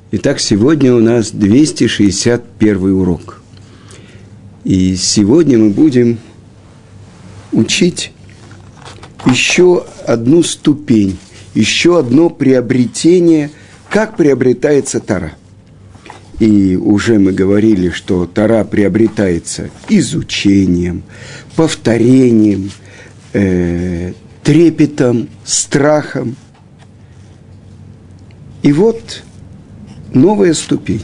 Итак, сегодня у нас 261 урок. И сегодня мы будем учить еще одну ступень, еще одно приобретение, как приобретается Тора. И уже мы говорили, что Тора приобретается изучением, повторением, трепетом, страхом. И вот новая ступень.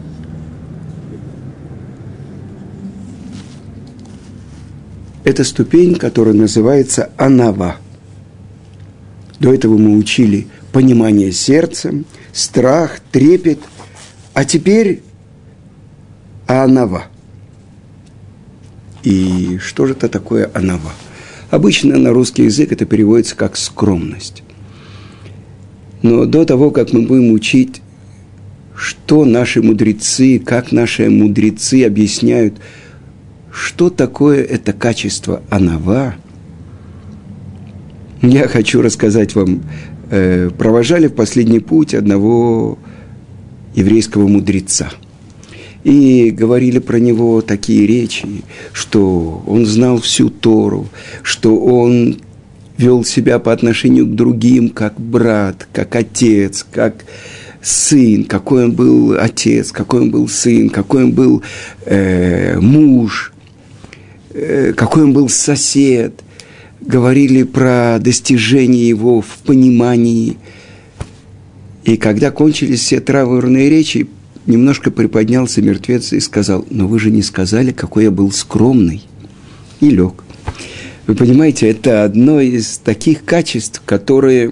Это ступень, которая называется анава. До этого мы учили понимание сердцем, страх, трепет. А теперь анава. И что же это такое анава? Обычно на русский язык это переводится как скромность. Но до того, как мы будем учить, что наши мудрецы, как наши мудрецы объясняют, что такое это качество анава, я хочу рассказать вам. Провожали в последний путь одного еврейского мудреца. И говорили про него такие речи, что он знал всю Тору, что он вел себя по отношению к другим как брат, как отец, как сын, какой он был отец, какой он был сын, какой он был муж, какой он был сосед. Говорили про достижения его в понимании. И когда кончились все траурные речи, немножко приподнялся мертвец и сказал: «Но вы же не сказали, какой я был скромный». И лег. Вы понимаете, это одно из таких качеств, которые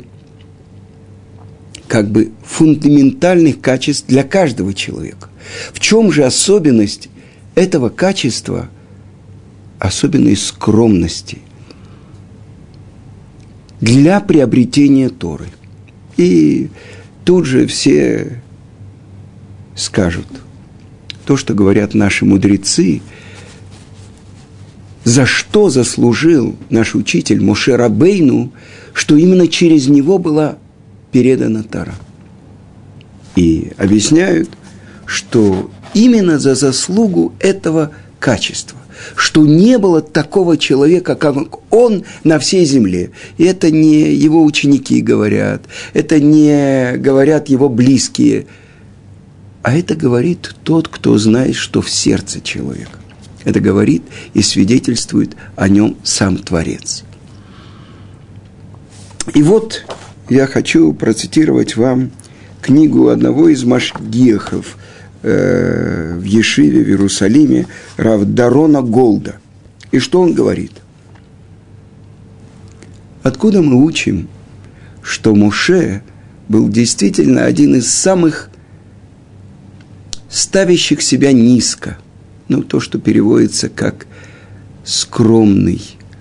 как бы фундаментальных качеств для каждого человека. В чем же особенность этого качества, особенность скромности для приобретения Торы? И тут же все скажут то, что говорят наши мудрецы, за что заслужил наш учитель Моше Рабейну, что именно через него была передана Тора. И объясняют, что именно за заслугу этого качества, что не было такого человека, как он, на всей земле. И это не его ученики говорят, это не говорят его близкие, а это говорит тот, кто знает, что в сердце человека. Это говорит и свидетельствует о нем сам Творец. И вот я хочу процитировать вам книгу одного из машгихов в Ешиве, в Иерусалиме, рав Дорона Голда. И что он говорит? Откуда мы учим, что Моше был действительно один из самых ставящих себя низко, то, что переводится как скромный,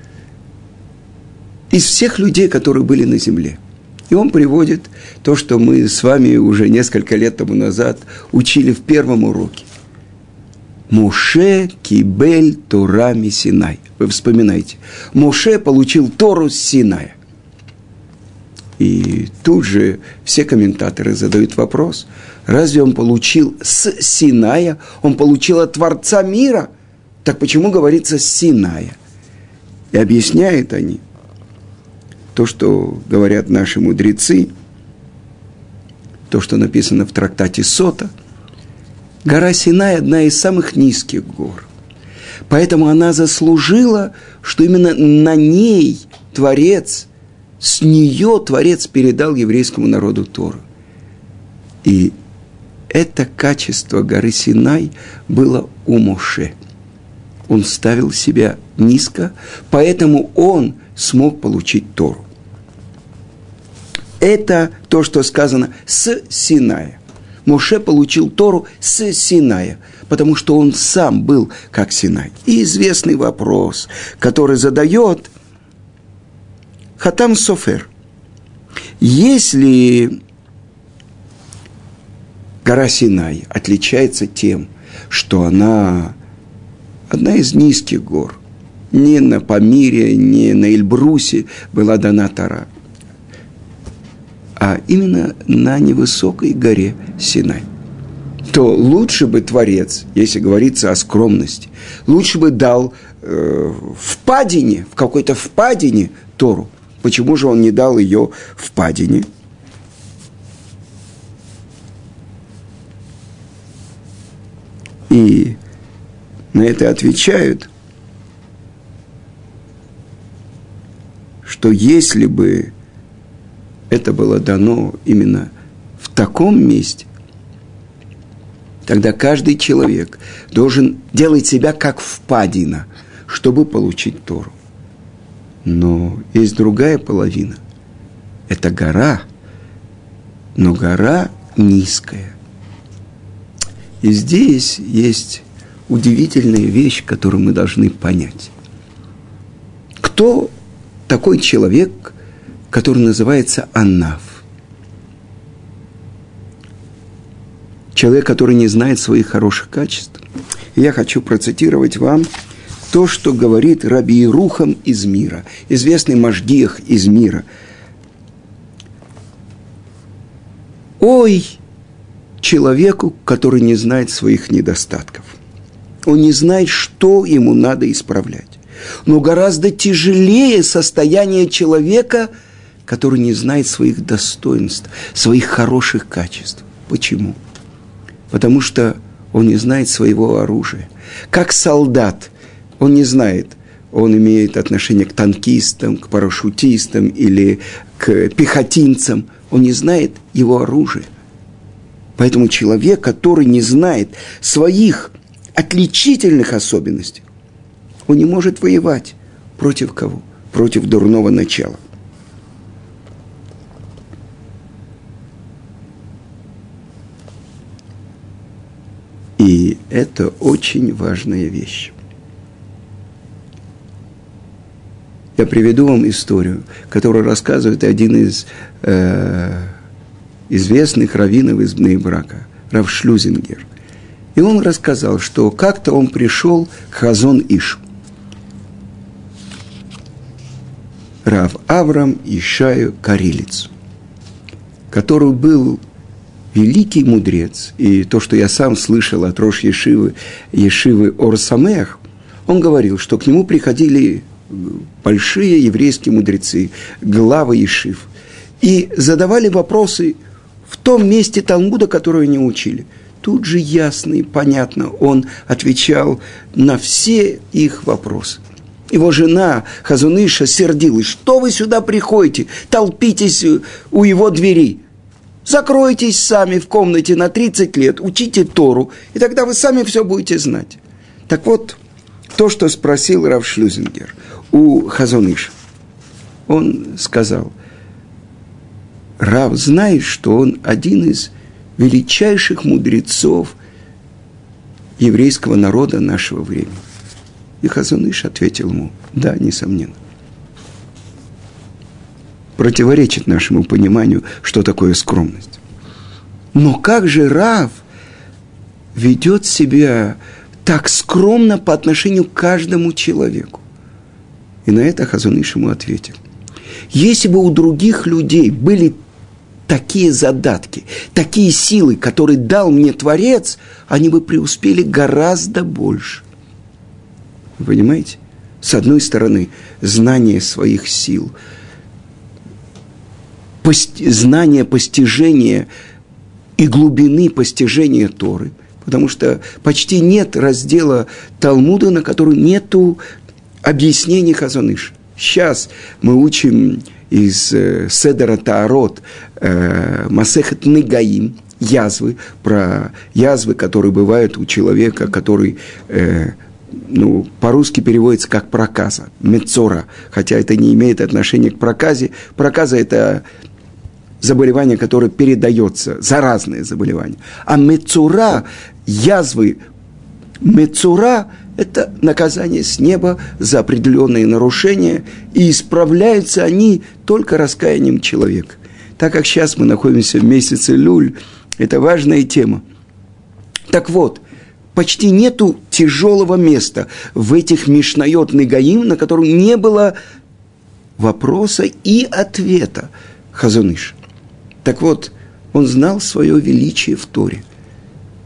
из всех людей, которые были на земле. И он приводит то, что мы с вами уже несколько лет тому назад учили в первом уроке. Моше кибель Тора ми Синай. Вы вспоминаете. Моше получил Тору с Синая. И тут же все комментаторы задают вопрос: разве он получил с Синая? Он получил от Творца мира. Так почему говорится с Синая? И объясняют они то, что говорят наши мудрецы, то, что написано в трактате Сота. Гора Синай – одна из самых низких гор. Поэтому она заслужила, что именно на ней Творец, с нее Творец передал еврейскому народу Тору. И это качество горы Синай было у Моше. Он ставил себя низко, поэтому он смог получить Тору. Это то, что сказано с Синая. Моше получил Тору с Синая, потому что он сам был как Синай. И известный вопрос, который задает Хатам Софер. Если гора Синай отличается тем, что она одна из низких гор, не на Памире, не на Эльбрусе была дана Тора, а именно на невысокой горе Синай. то лучше бы Творец, если говорится о скромности, лучше бы дал в какой-то впадине Тору. Почему же он не дал ее в падине? И на это отвечают, что если бы это было дано именно в таком месте, тогда каждый человек должен делать себя как впадина, чтобы получить Тору. Но есть другая половина. Это гора, но гора низкая. И здесь есть удивительная вещь, которую мы должны понять. Кто такой человек, который называется Анав? Человек, который не знает своих хороших качеств. И я хочу процитировать вам то, что говорит Раби Ерухам из Мира, известный Машгиах из Мира. Ой, человеку, который не знает своих недостатков. Он не знает, что ему надо исправлять. Но гораздо тяжелее состояние человека, который не знает своих достоинств, своих хороших качеств. Почему? Потому что он не знает своего оружия. Как солдат, он не знает, он имеет отношение к танкистам, к парашютистам или к пехотинцам. Он не знает его оружия. Поэтому человек, который не знает своих отличительных особенностей, он не может воевать. Против кого? Против дурного начала. И это очень важная вещь. Я приведу вам историю, которую рассказывает один из известных раввинов из Бней-Брака, Рав Шлюзингер. И он рассказал, что как-то он пришел к Хазон Ишу. Рав Аврам Ишаю Карелицу, который был великий мудрец. И то, что я сам слышал от рош Ешивы Ор Самеах, он говорил, что к нему приходили большие еврейские мудрецы, главы ешив, и задавали вопросы в том месте Талмуда, которое они учили. Тут же ясно и понятно он отвечал на все их вопросы. Его жена Хазон Иша сердилась: что вы сюда приходите, толпитесь у его двери, закройтесь сами в комнате на 30 лет, учите Тору, и тогда вы сами все будете знать. Так вот, то, что спросил Рав Шлюзингер у Хазон Иша, он сказал: Рав знает, что он один из величайших мудрецов еврейского народа нашего времени. И Хазон Иш ответил ему: да, несомненно. Противоречит нашему пониманию, что такое скромность. Но как же Рав ведет себя так скромно по отношению к каждому человеку? И на это Хазон Иш ему ответил: если бы у других людей были такие задатки, такие силы, которые дал мне Творец, они бы преуспели гораздо больше. Вы понимаете? С одной стороны, знание своих сил, знание постижения и глубины постижения Торы, потому что почти нет раздела Талмуда, на который нету объяснений Хазон Иша. Сейчас мы учим из Седера Таарот Масехет Негаим, язвы, про язвы, которые бывают у человека, который, по-русски переводится как проказа, мецора, хотя это не имеет отношения к проказе. Проказа – это заболевание, которое передается, заразное заболевание. А мецура, язвы, мецура – это наказание с неба за определенные нарушения, и исправляются они только раскаянием человека. Так как сейчас мы находимся в месяце Люль, это важная тема. Так вот, почти нету тяжелого места в этих Мишнайот Негаим, на котором не было вопроса и ответа Хазон Иша. Так вот, он знал свое величие в Торе.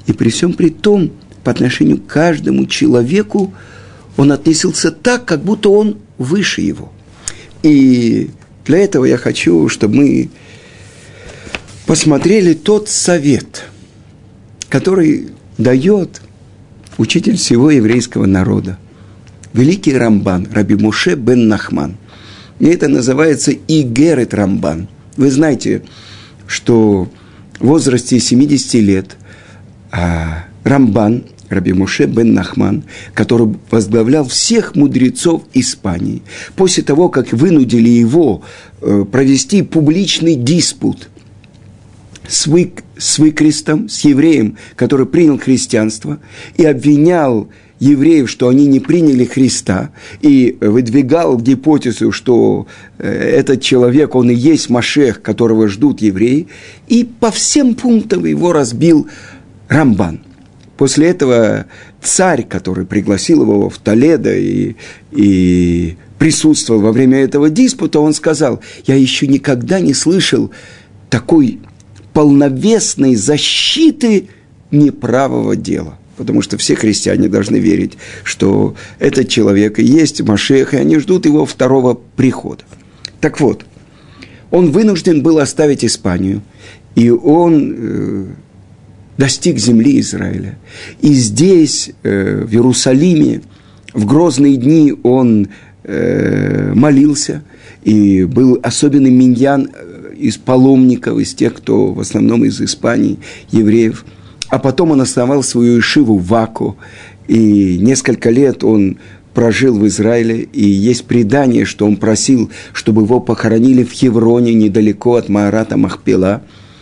И при всем при том, по отношению к каждому человеку, он относился так, как будто он выше его. И для этого я хочу, чтобы мы посмотрели тот совет, который дает учитель всего еврейского народа, великий Рамбан, Раби Моше бен Нахман. И это называется Игерет Рамбан. Вы знаете, что в возрасте 70 лет Рамбан, Раби Моше бен Нахман, который возглавлял всех мудрецов Испании, после того, как вынудили его провести публичный диспут с выкрестом, с евреем, который принял христианство, и обвинял евреев, что они не приняли Христа, и выдвигал гипотезу, что этот человек, он и есть Машех, которого ждут евреи, и по всем пунктам его разбил Рамбан. После этого царь, который пригласил его в Толедо и присутствовал во время этого диспута, он сказал: я еще никогда не слышал такой полновесной защиты неправого дела. Потому что все христиане должны верить, что этот человек и есть Машех, и они ждут его второго прихода. Так вот, он вынужден был оставить Испанию, и он достиг земли Израиля. И здесь, в Иерусалиме, в грозные дни он молился, и был особенный миньян из паломников, из тех, кто в основном из Испании, евреев. А потом он основал свою ешиву в Вако, и несколько лет он прожил в Израиле, и есть предание, что он просил, чтобы его похоронили в Хевроне, недалеко от Маарата Махпела.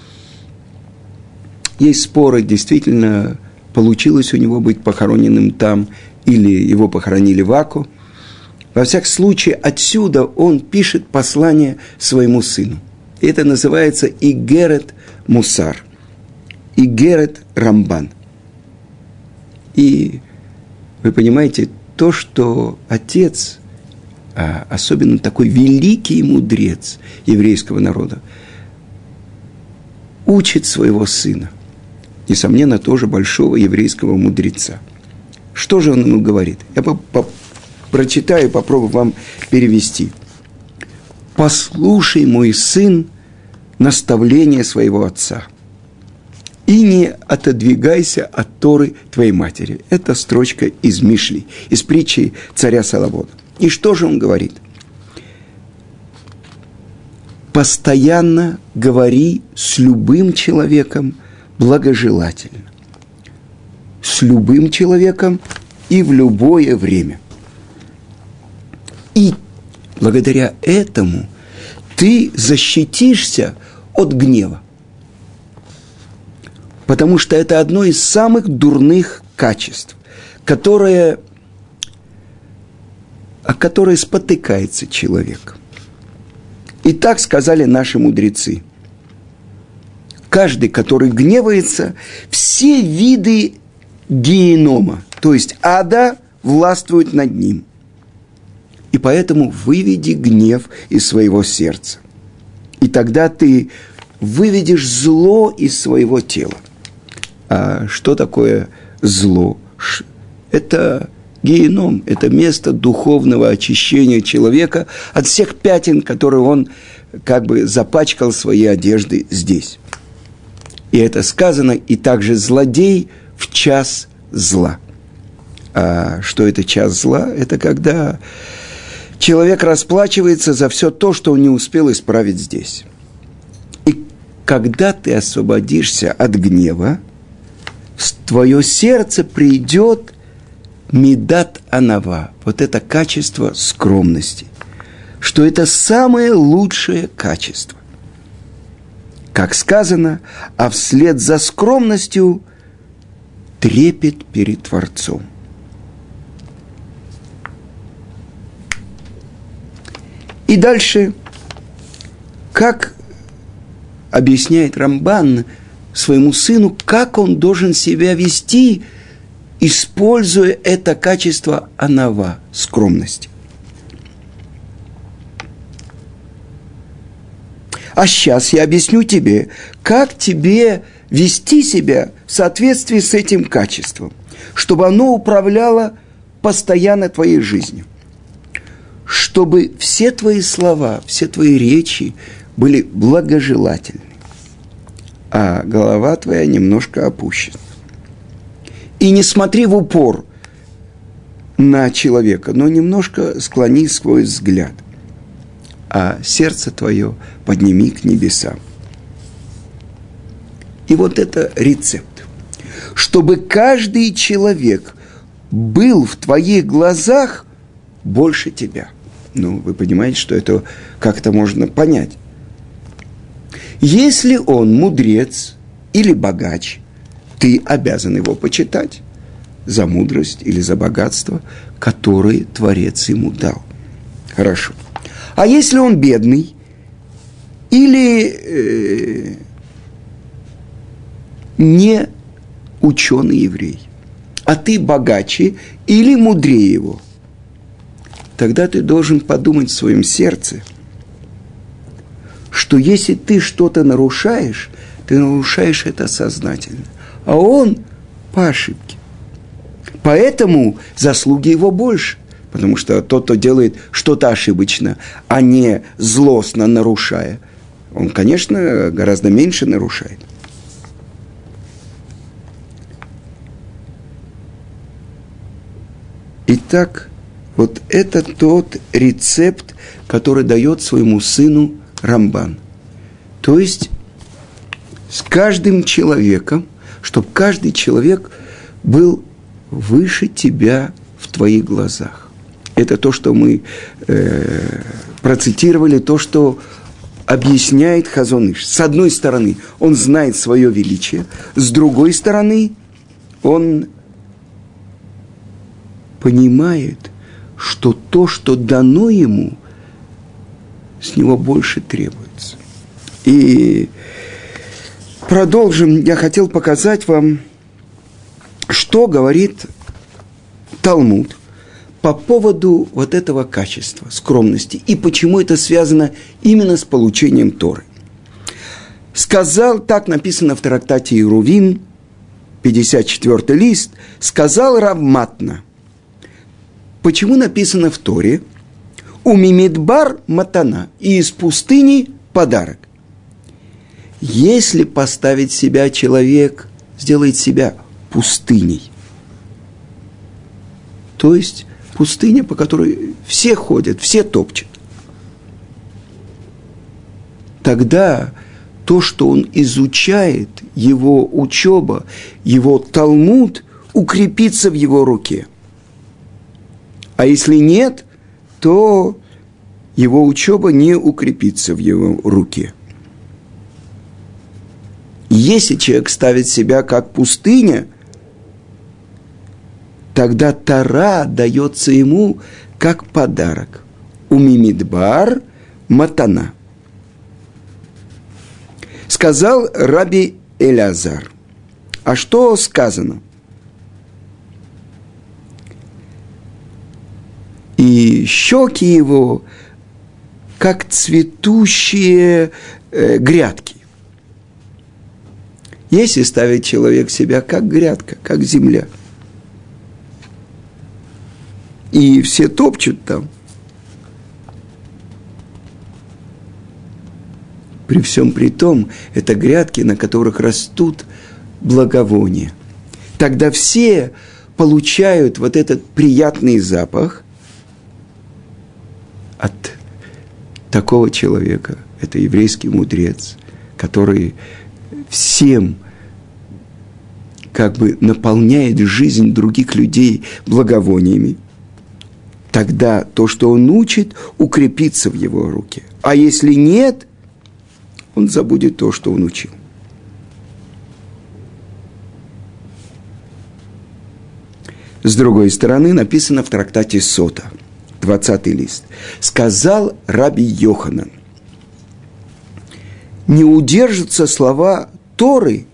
Есть споры, действительно получилось у него быть похороненным там, или его похоронили в Вако. Во всяком случае, отсюда он пишет послание своему сыну. Это называется Игерет Мусар. Игерет Рамбан. И вы понимаете, то, что отец, особенно такой великий мудрец еврейского народа, учит своего сына, несомненно, тоже большого еврейского мудреца. Что же он ему говорит? Я прочитаю, попробую вам перевести. «Послушай, мой сын, наставление своего отца, и не отодвигайся от Торы твоей матери». Это строчка из Мишли, из притчи царя Соломона. И что же он говорит? Постоянно говори с любым человеком благожелательно. С любым человеком и в любое время. И благодаря этому ты защитишься от гнева. Потому что это одно из самых дурных качеств, о которое спотыкается человек. И так сказали наши мудрецы. Каждый, который гневается, все виды генома, то есть ада, властвуют над ним. И поэтому выведи гнев из своего сердца. И тогда ты выведешь зло из своего тела. А что такое зло? Это геном, это место духовного очищения человека от всех пятен, которые он как бы запачкал свои одежды здесь. И это сказано, и также злодей в час зла. А что это час зла? Это когда человек расплачивается за все то, что он не успел исправить здесь. И когда ты освободишься от гнева, в твое сердце придет мидат анава, вот это качество скромности, что это самое лучшее качество. Как сказано, а вслед за скромностью трепет перед Творцом. И дальше, как объясняет Рамбан своему сыну, как он должен себя вести, используя это качество анава, скромности. А сейчас я объясню тебе, как тебе вести себя в соответствии с этим качеством, чтобы оно управляло постоянно твоей жизнью. Чтобы все твои слова, все твои речи были благожелательны, а голова твоя немножко опущена. И не смотри в упор на человека, но немножко склони свой взгляд, а сердце твое подними к небесам. И вот это рецепт. Чтобы каждый человек был в твоих глазах больше тебя. Ну, вы понимаете, что это как-то можно понять. Если он мудрец или богач, ты обязан его почитать за мудрость или за богатство, которое Творец ему дал. Хорошо. А если он бедный или не ученый еврей, а ты богаче или мудрее его, тогда ты должен подумать в своем сердце, что если ты что-то нарушаешь, ты нарушаешь это сознательно, а он по ошибке. Поэтому заслуги его больше, потому что тот, кто делает что-то ошибочно, а не злостно нарушая, он, конечно, гораздо меньше нарушает. Итак, вот это тот рецепт, который дает своему сыну Рамбан. То есть, с каждым человеком, чтобы каждый человек был выше тебя в твоих глазах. Это то, что мы процитировали, то, что объясняет Хазон Иш. С одной стороны, он знает свое величие, с другой стороны, он понимает, что то, что дано ему, с него больше требуется. И продолжим. Я хотел показать вам, что говорит Талмуд по поводу вот этого качества, скромности, и почему это связано именно с получением Торы. Сказал, так написано в трактате Ирувин, 54-й лист, сказал Рав Матна. Почему написано в Торе «Умимидбар матана» и из пустыни подарок? Если поставить себя человек, сделает себя пустыней, то есть пустыня, по которой все ходят, все топчут, тогда то, что он изучает, его учеба, его Талмуд, укрепится в его руке. А если нет, то его учеба не укрепится в его руке. Если человек ставит себя как пустыня, тогда Тора дается ему как подарок. Умимидбар матана. Сказал Раби Элязар. А что сказано? И щеки его, как цветущие грядки. Если ставить человек себя как грядка, как земля, и все топчут там, при всем при том, это грядки, на которых растут благовония. Тогда все получают вот этот приятный запах от такого человека. Это еврейский мудрец, который всем как бы наполняет жизнь других людей благовониями. Тогда то, что он учит, укрепится в его руке. А если нет, он забудет то, что он учил. С другой стороны, написано в трактате Сота, 20-й лист. Сказал Раби Йоханан: не удержатся слова Торы,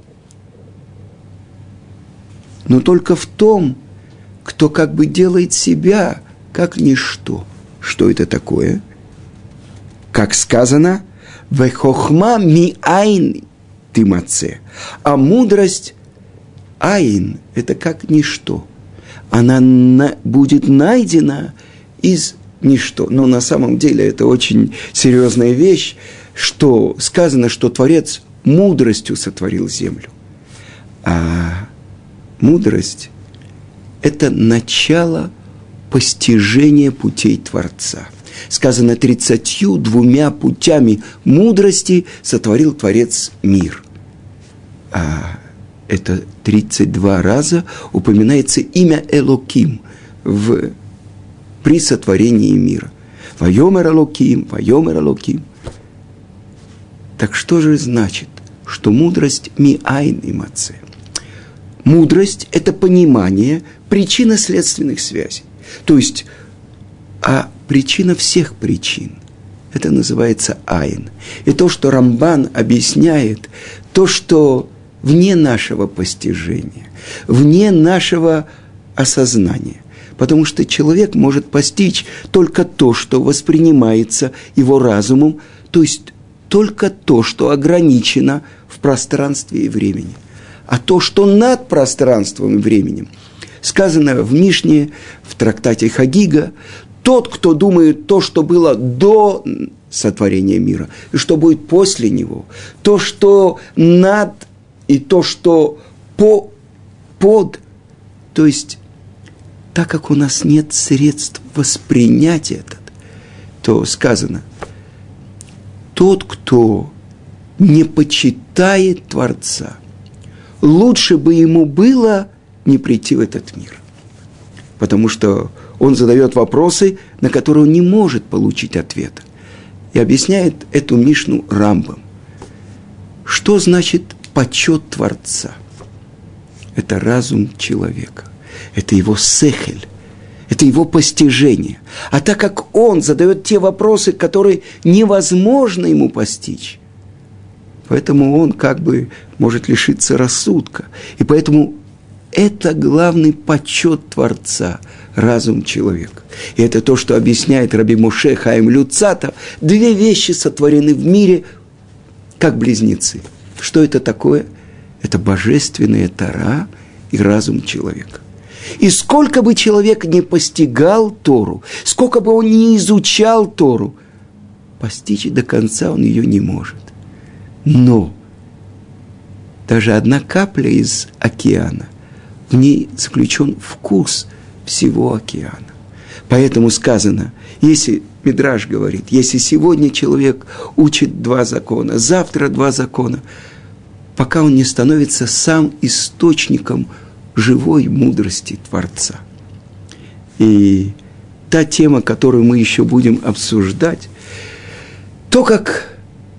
но только в том, кто как бы делает себя как ничто. Что это такое? Как сказано, Вехохма ми айн тимаце. А мудрость айн – это как ничто. Она будет найдена из ничто. Но на самом деле это очень серьезная вещь, что сказано, что Творец мудростью сотворил землю. А мудрость – это начало постижения путей Творца. Сказано, 32 путями мудрости сотворил Творец мир. А это 32 раза упоминается имя Элоким при сотворении мира. Вайомер Элоким, Вайомер Элоким. Так что же значит, что мудрость ми-айн и маце? Мудрость – это понимание причинно-следственных связей. То есть, причина всех причин. Это называется айн. И то, что Рамбан объясняет, то, что вне нашего постижения, вне нашего осознания. Потому что человек может постичь только то, что воспринимается его разумом, то есть только то, что ограничено в пространстве и времени. А то, что над пространством и временем, сказано в Мишне, в трактате Хагига, тот, кто думает то, что было до сотворения мира, и что будет после него, то, что над, и то, что под, то есть, так как у нас нет средств воспринять это, то сказано, тот, кто не почитает Творца, лучше бы ему было не прийти в этот мир. Потому что он задает вопросы, на которые он не может получить ответа. И объясняет эту Мишну Рамбам. Что значит почет Творца? Это разум человека. Это его сехель. Это его постижение. А так как он задает те вопросы, которые невозможно ему постичь, поэтому он как бы может лишиться рассудка. И поэтому это главный почет Творца, разум человека. И это то, что объясняет Раби Моше Хаим Люцатов. 2 вещи сотворены в мире, как близнецы. Что это такое? Это божественная Тора и разум человека. И сколько бы человек не постигал Тору, сколько бы он не изучал Тору, постичь до конца он ее не может. Но даже одна капля из океана, в ней заключен вкус всего океана. Поэтому сказано, если Мидраш говорит, если сегодня человек учит 2 закона, завтра 2 закона, пока он не становится сам источником живой мудрости Творца. И та тема, которую мы еще будем обсуждать, то, как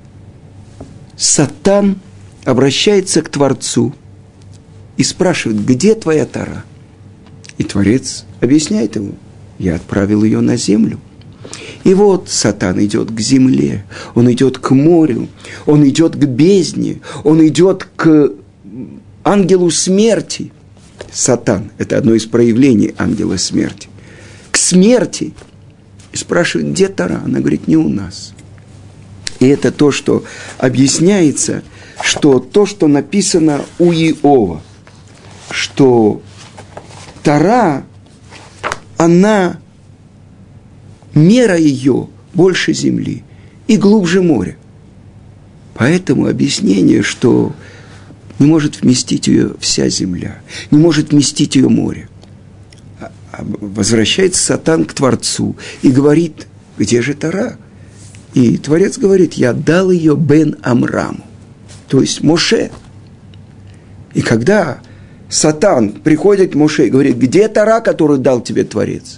Сатан обращается к Творцу и спрашивает, где твоя Тора? И Творец объясняет ему, я отправил ее на землю. И вот Сатан идет к земле, он идет к морю, он идет к бездне, он идет к ангелу смерти. Сатан – это одно из проявлений ангела смерти. К смерти. И спрашивает, где Тора? Она говорит, не у нас. И это то, что объясняется, что то, что написано у Иова, что Тора, она, мера ее больше земли и глубже моря. Поэтому объяснение, что не может вместить ее вся земля, не может вместить ее море. Возвращается Сатан к Творцу и говорит, где же Тора? И Творец говорит, я дал ее Бен Амраму, то есть Моше. И когда Сатан приходит к Моше и говорит, где Тора, которую дал тебе Творец?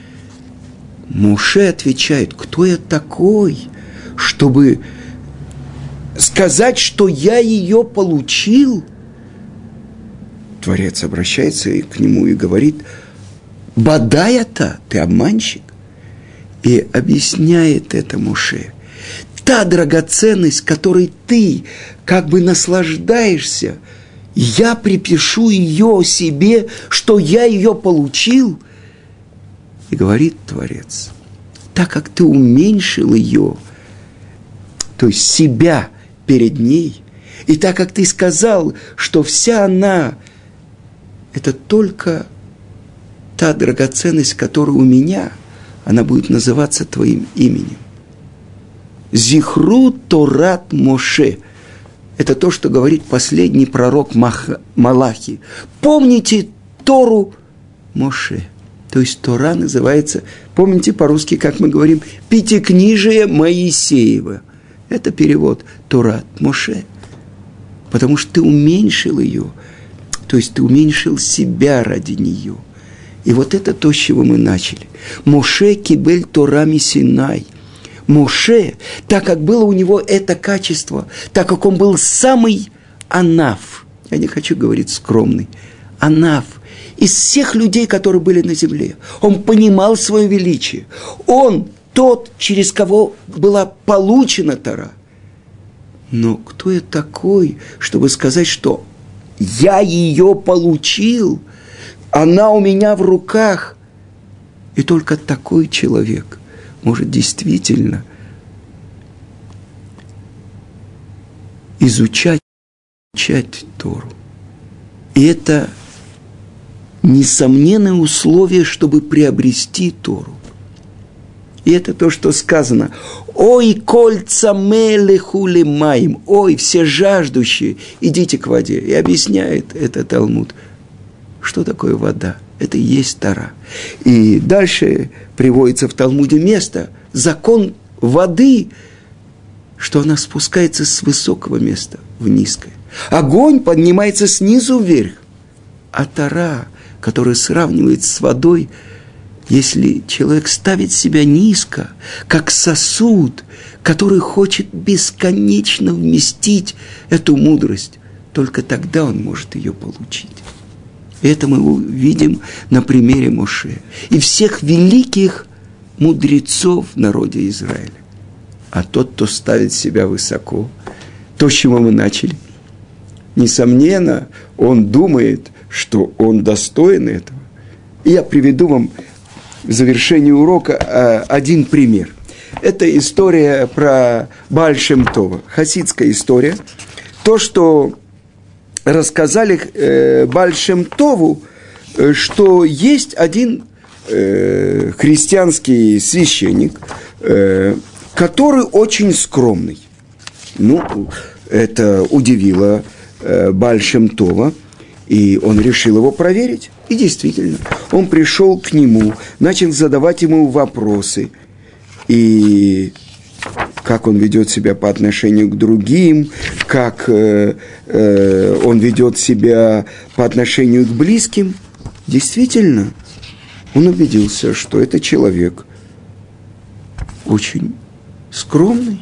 Моше отвечает, кто я такой, чтобы сказать, что я ее получил? Творец обращается к нему и говорит, Бадай-то, ты обманщик. И объясняет это Моше. Та драгоценность, которой ты как бы наслаждаешься, я припишу ее себе, что я ее получил. И говорит Творец, так как ты уменьшил ее, то есть себя перед ней. И так как ты сказал, что вся она – это только та драгоценность, которая у меня, она будет называться твоим именем. Зихру Торат Моше. Это то, что говорит последний пророк Малахи. Помните Тору Моше. То есть Тора называется, помните по-русски, как мы говорим, Пятикнижие Моисеева. Это перевод Торат Моше. Потому что ты уменьшил ее, то есть ты уменьшил себя ради нее. И вот это то, с чего мы начали. Моше кибель Тора мисинай. Моше, так как было у него это качество, так как он был самый анаф, я не хочу говорить скромный, анаф, из всех людей, которые были на земле, он понимал свое величие. Он тот, через кого была получена Тора. Но кто я такой, чтобы сказать, что я ее получил, она у меня в руках? И только такой человек может действительно изучать Тору. И это несомненное условие, чтобы приобрести Тору. И это то, что сказано. «Ой, кольца мелеху лемаим». «Ой, все жаждущие, идите к воде». И объясняет это Талмуд. Что такое вода? Это и есть Тора. И дальше приводится в Талмуде место, закон воды, что она спускается с высокого места в низкое. Огонь поднимается снизу вверх. А Тора, которая сравнивается с водой, если человек ставит себя низко, как сосуд, который хочет бесконечно вместить эту мудрость, только тогда он может ее получить. И это мы видим на примере Моше и всех великих мудрецов в народе Израиля. А тот, кто ставит себя высоко, то, с чего мы начали, несомненно, он думает, что он достоин этого. И я приведу вам в завершении урока один пример. Это история про Бааль Шем Това, хасидская история. То, что рассказали Бааль Шем Тову, что есть один христианский священник, который очень скромный. Ну, это удивило Бааль Шем Това, и он решил его проверить. И действительно, он пришел к нему, начал задавать ему вопросы. И как он ведет себя по отношению к другим, как он ведет себя по отношению к близким. Действительно, он убедился, что это человек очень скромный.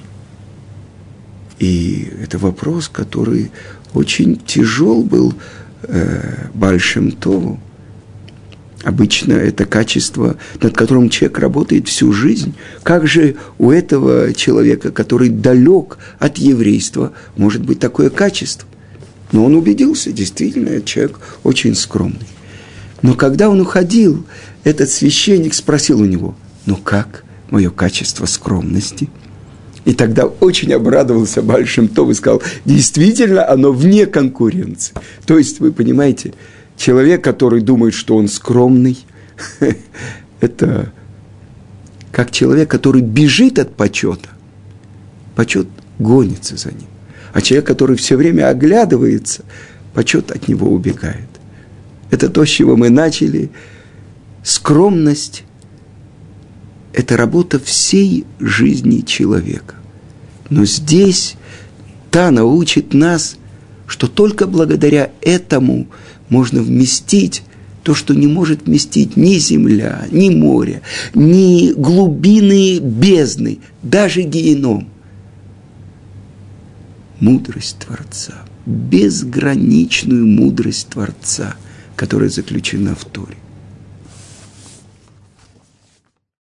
И это вопрос, который очень тяжел был Бааль Шем Тову. Обычно это качество, над которым человек работает всю жизнь. Как же у этого человека, который далек от еврейства, может быть такое качество? Но он убедился, действительно, этот человек очень скромный. Но когда он уходил, этот священник спросил у него: «Ну как мое качество скромности?» И тогда очень обрадовался Бааль Шем Тов и сказал: действительно, оно вне конкуренции. То есть, вы понимаете, человек, который думает, что он скромный, это как человек, который бежит от почета. Почет гонится за ним. А человек, который все время оглядывается, почет от него убегает. Это то, с чего мы начали. Скромность – это работа всей жизни человека. Но здесь Тана учит нас, что только благодаря этому можно вместить то, что не может вместить ни земля, ни море, ни глубины бездны, даже геном. Мудрость Творца, безграничную мудрость Творца, которая заключена в Торе.